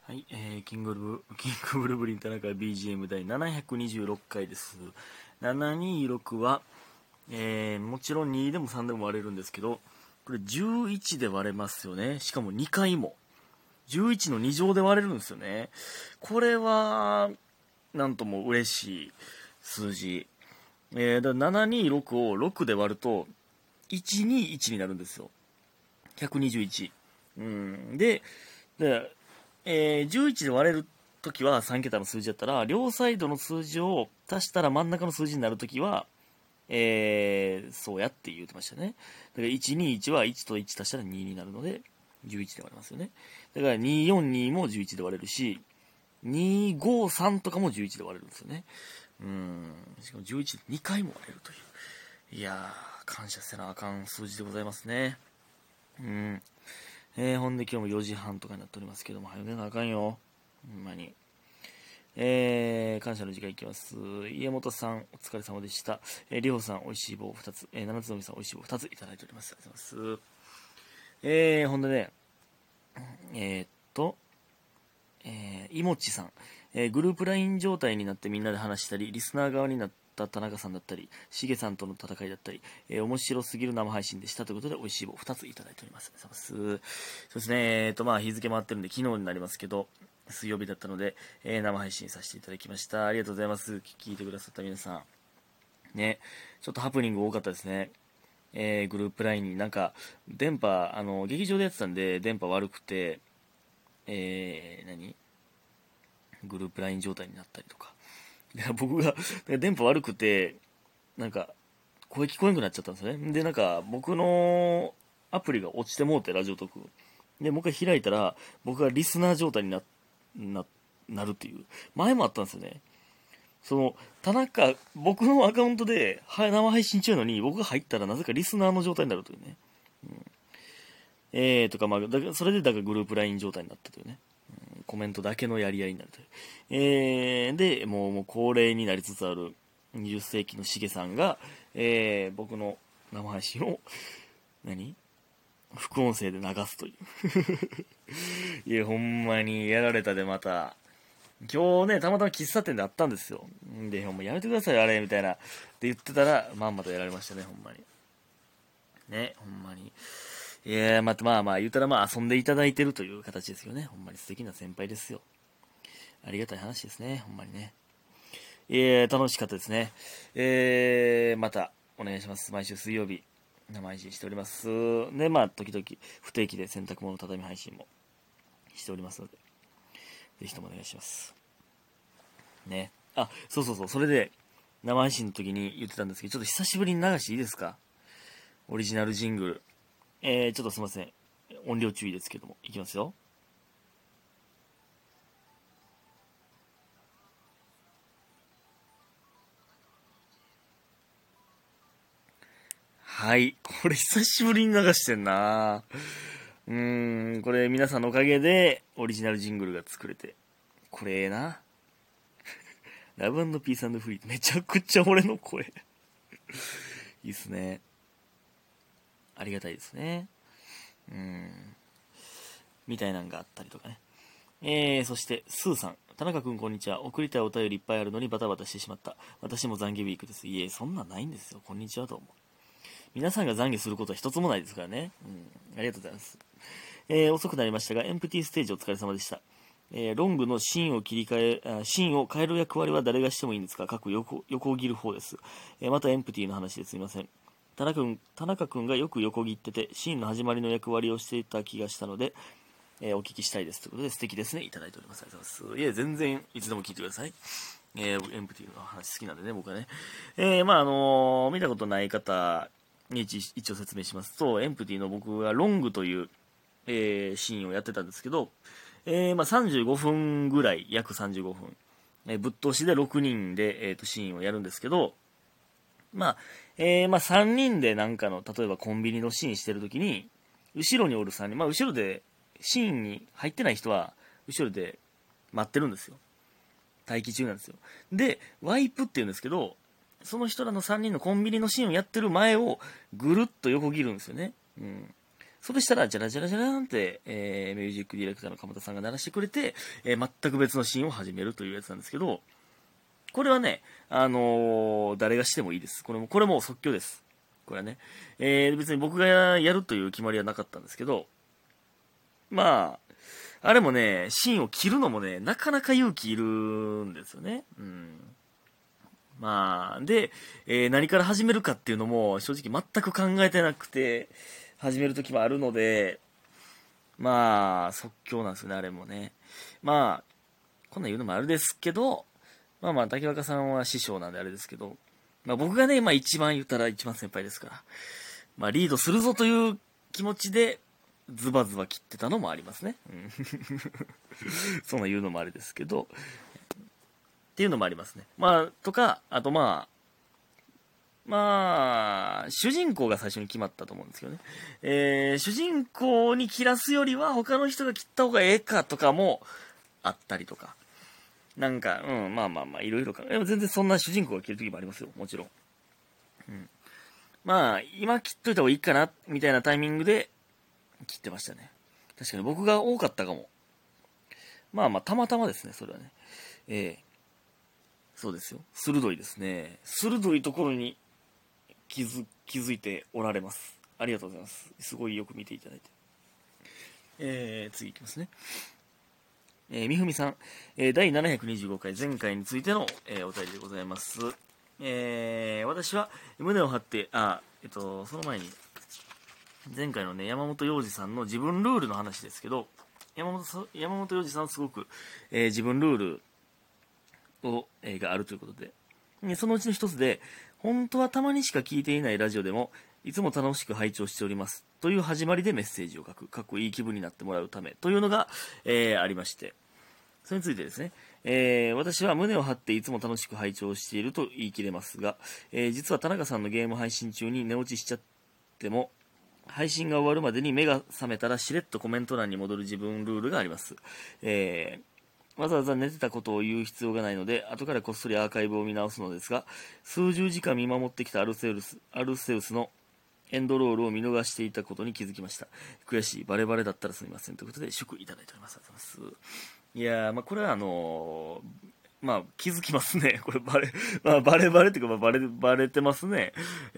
はい、キングブルブリン田中 BGM 第726回です。726は、もちろん2でも3でも割れるんですけど、これ11で割れますよね。しかも2回も。11の2乗で割れるんですよね。これは、なんとも嬉しい数字。だから726を6で割ると、121になるんですよ。121。11で割れるときは3桁の数字だったら、両サイドの数字を足したら真ん中の数字になるときは、そうやって言ってましたね。だから121は1と1足したら2になるので、11で割れますよね。だから242も11で割れるし、253とかも11で割れるんですよね。しかも11で2回も割れるという。いやー、感謝せなあかん数字でございますね。ほんで今日も4時半とかになっておりますけども、早寝なあかんよ。ほんまに。感謝の時間いきます。家元さん、お疲れ様でした。りほさん、おいしい棒2つ。七つのみさん、おいしい棒2ついただいております。ありがとうございます。ほんでね、いもちさん、グループライン状態になってみんなで話したり、リスナー側になった田中さんだったり、しげさんとの戦いだったり、面白すぎる生配信でしたということで、おいしい棒2ついただいております。ありがとうございます。そうですね、日付回ってるんで、昨日になりますけど、水曜日だったので、生配信させていただきました。ありがとうございます。聞いてくださった皆さん。ね、ちょっとハプニング多かったですね。グループラインになんか、電波、劇場でやってたんで、電波悪くて、グループライン状態になったりとか。僕が電波悪くて、なんか、声聞こえなくなっちゃったんですよね。で、なんか、僕のアプリが落ちてもうて、ラジオトーク。で、もう一回開いたら、僕がリスナー状態になるっていう。前もあったんですよね。僕のアカウントで生配信中なのに、僕が入ったらなぜかリスナーの状態になるというね。それでだからグループライン状態になったというね。コメントだけのやり合いになるという。で、もう恒例になりつつある20世紀のしげさんが、僕の生配信を、副音声で流すという。いや、ほんまにやられたでまた。今日ね、たまたま喫茶店で会ったんですよ。で、ほんまやめてくださいよ、あれ、みたいな。って言ってたら、まんまとやられましたね、ほんまに。ね、ほんまに。いやまあ、言ったら遊んでいただいてるという形ですよね。ほんまに素敵な先輩ですよ。ありがたい話ですね、ほんまにね。楽しかったですね。また、お願いします。毎週水曜日、生配信しております。で、時々、不定期で洗濯物畳配信もしておりますので、ぜひともお願いします。ね。そう。それで、生配信の時に言ってたんですけど、ちょっと久しぶりに流していいですか？オリジナルジングル。ちょっとすいません。音量注意ですけども。いきますよ。はい。これ久しぶりに流してんな。これ皆さんのおかげでオリジナルジングルが作れて。これええな。ラブピースフリー。めちゃくちゃ俺の声。いいっすね。ありがたいですね。みたいなんがあったりとかね。そして、スーさん。田中くんこんにちは。送りたいお便りいっぱいあるのにバタバタしてしまった。私も懺悔ウィークです。いえ、そんなんないんですよ。こんにちはと思う。皆さんが懺悔することは一つもないですからね。ありがとうございます。遅くなりましたが、エンプティステージお疲れ様でした。ロングのシーンを変える役割は誰がしてもいいんですか？横を切る方です。またエンプティの話ですみません。田中くんがよく横切ってて、シーンの始まりの役割をしていた気がしたので、お聞きしたいですということで素敵ですね、いただいております。ありがとうございます。いや、全然いつでも聞いてください。エンプティの話好きなんでね、僕はね。見たことない方に一応説明しますと、エンプティの僕がロングという、シーンをやってたんですけど、35分ぐらい、約35分、ぶっ通しで6人で、シーンをやるんですけど、3人でなんかの、例えばコンビニのシーンしてるときに、後ろにおる3人、後ろで、シーンに入ってない人は、後ろで待ってるんですよ。待機中なんですよ。で、ワイプって言うんですけど、その人らの3人のコンビニのシーンをやってる前を、ぐるっと横切るんですよね。 それしたら、じゃらじゃらじゃらーんって、ミュージックディレクターの鎌田さんが鳴らしてくれて、全く別のシーンを始めるというやつなんですけど、これはね、誰がしてもいいです。これも即興です。これはね。別に僕がやるという決まりはなかったんですけど、まあ、あれもね、シーンを切るのもね、なかなか勇気いるんですよね。うん。まあ、で、何から始めるかっていうのも、正直全く考えてなくて、始める時もあるので、まあ、即興なんですよね、あれもね。まあ、こんなん言うのもあるですけど、まあ、竹若さんは師匠なんであれですけど、まあ僕がね、一番言ったら一番先輩ですから、まあリードするぞという気持ちで、ズバズバ切ってたのもありますね。うん、そんな言うのもあれですけど、っていうのもありますね。まあ、とか、あと主人公が最初に決まったと思うんですけどね。主人公に切らすよりは他の人が切った方がええかとかもあったりとか。なんか、いろいろか。でも全然そんな主人公が切るときもありますよ、もちろん。うん。まあ、今切っといた方がいいかな、みたいなタイミングで切ってましたね。確かに僕が多かったかも。たまたまですね、それはね。そうですよ。鋭いですね。鋭いところに気づいておられます。ありがとうございます。すごいよく見ていただいて。次いきますね。みふみさん、第725回前回についての、お便りでございます。私は胸を張って、その前に、前回のね、山本洋二さんの自分ルールの話ですけど、山本洋二さんはすごく、自分ルールを、があるということで、そのうちの一つで、本当はたまにしか聞いていないラジオでも、いつも楽しく拝聴しております。という始まりでメッセージを書く。かっこいい気分になってもらうため。というのが、ありまして。それについてですね、私は胸を張っていつも楽しく拝聴していると言い切れますが、実は田中さんのゲーム配信中に寝落ちしちゃっても、配信が終わるまでに目が覚めたらしれっとコメント欄に戻る自分ルールがあります。わざわざ寝てたことを言う必要がないので、後からこっそりアーカイブを見直すのですが、数十時間見守ってきたアルセウスのエンドロールを見逃していたことに気づきました。悔しい。バレバレだったらすみません。ということで、祝いただいております。ありがとうございます。いやー、これは気づきますね。これバレバレっていうか、バレてますね。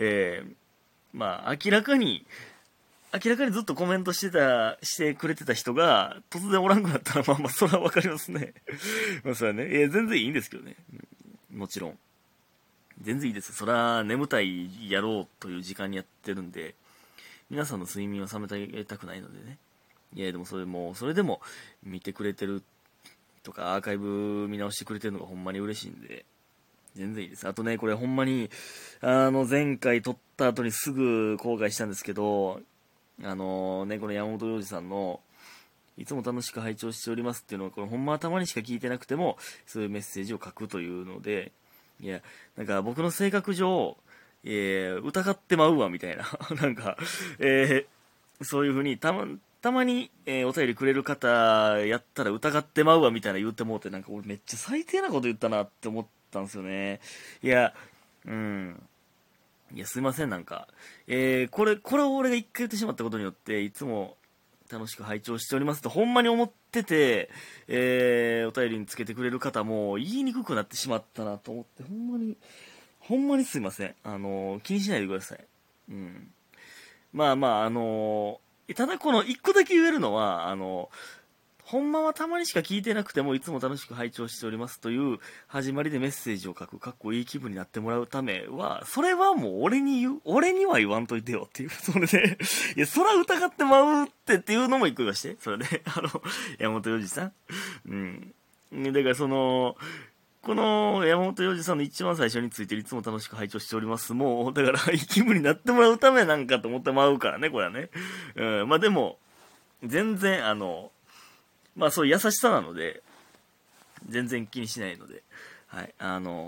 明らかにずっとコメントしてくれてた人が、突然おらんくなったら、それはわかりますね。それはね、全然いいんですけどね。もちろん。全然いいです。そら、眠たいやろうという時間にやってるんで、皆さんの睡眠を覚めてあげたくないのでね。いや、でもそれでも、見てくれてるとか、アーカイブ見直してくれてるのがほんまに嬉しいんで、全然いいです。あとね、これほんまに、前回撮った後にすぐ後悔したんですけど、この山本洋二さんの、いつも楽しく拝聴しておりますっていうのは、これほんまはたまにしか聞いてなくても、そういうメッセージを書くというので、いや、なんか僕の性格上、疑ってまうわ、みたいな。なんか、そういう風に、たまに、お便りくれる方やったら疑ってまうわ、みたいな言ってもうて、なんか俺めっちゃ最低なこと言ったなって思ったんですよね。いや、うん。いや、すいません、なんか。これを俺が一回言ってしまったことによって、いつも楽しく拝聴しておりますと、ほんまに思ってて、お便りにつけてくれる方も言いにくくなってしまったなと思って、ほんまにすいません。気にしないでください。うん。ただこの一個だけ言えるのは、ほんまはたまにしか聞いてなくてもいつも楽しく拝聴しておりますという始まりでメッセージを書く、かっこいい気分になってもらうためは、それはもう俺には言わんといてよっていう、それで、いや、そら疑ってまうっていうのも一個言わして、それで、山本洋次さん。うん。だからこの山本洋次さんの一番最初についていつも楽しく拝聴しております。もう、だから、いい気分になってもらうためなんかと思ってまうからね、これはね。うん、でも、全然、そういう優しさなので、全然気にしないので、はい、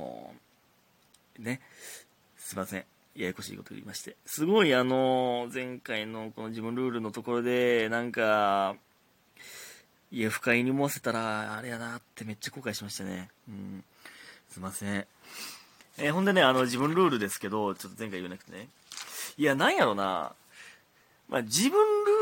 ね、すいません。ややこしいこと言いまして。すごい前回のこの自分ルールのところで、なんか、いや、不快に思わせたら、あれやなってめっちゃ後悔しましたね。うん。すいません。ほんでね、自分ルールですけど、ちょっと前回言えなくてね。いや、なんやろな。自分ルー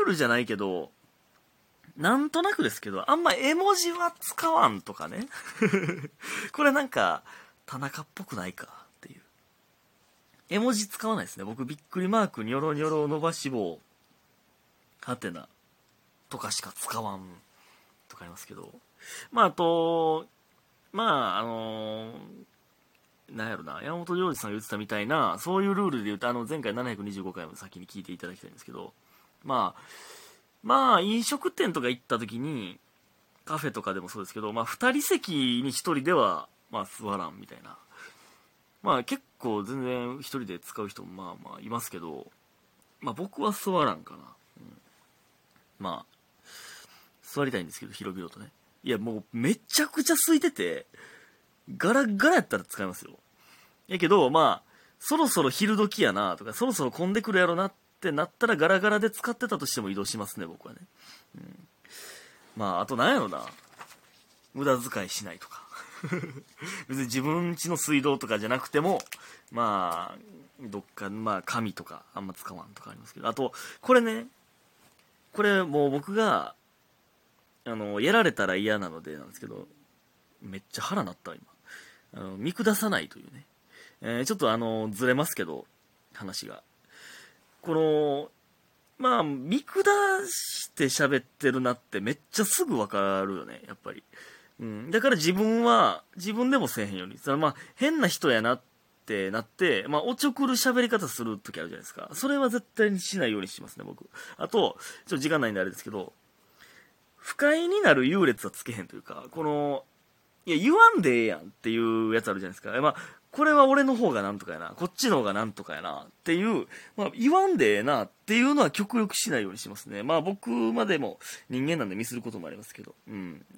ルじゃないけど、なんとなくですけど、あんま絵文字は使わんとかね。これなんか、田中っぽくないかっていう。絵文字使わないですね。僕、びっくりマーク、ニョロニョロ伸ばし棒、はてな、とかしか使わんとかありますけど。まあ、あと、まあ、なんやろな、山本譲二さんが言ってたみたいな、そういうルールで言うと、前回725回も先に聞いていただきたいんですけど、まあ、飲食店とか行った時に、カフェとかでもそうですけど、まあ、2人席に1人では、まあ、座らんみたいな。まあ、結構全然1人で使う人もまあまあいますけど、まあ、僕は座らんかな。まあ、座りたいんですけど、広々とね。いや、もうめちゃくちゃ空いてて、ガラガラやったら使いますよ。やけど、まあ、そろそろ昼時やなとか、そろそろ混んでくるやろなってなったらガラガラで使ってたとしても移動しますね、僕はね。まあ、あとなんやろな。無駄遣いしないとか。別に自分家の水道とかじゃなくても、まあ、どっか、まあ、紙とかあんま使わんとかありますけど、あと、これね、これもう僕が、やられたら嫌なのでなんですけど、めっちゃ腹鳴った今。見下さないというね。ちょっとずれますけど、話が。この、まあ、見下して喋ってるなってめっちゃすぐわかるよね、やっぱり。だから自分でもせえへんように。まあ、変な人やなってなって、まあ、おちょくる喋り方する時あるじゃないですか。それは絶対にしないようにしますね、僕。あと、ちょっと時間ないんであれですけど、不快になる優劣はつけへんというか、いや、言わんでええやんっていうやつあるじゃないですか。まあ、これは俺の方がなんとかやな、こっちの方がなんとかやなっていう、まあ、言わんでええなっていうのは極力しないようにしますね。まあ、僕までも人間なんでミスることもありますけど、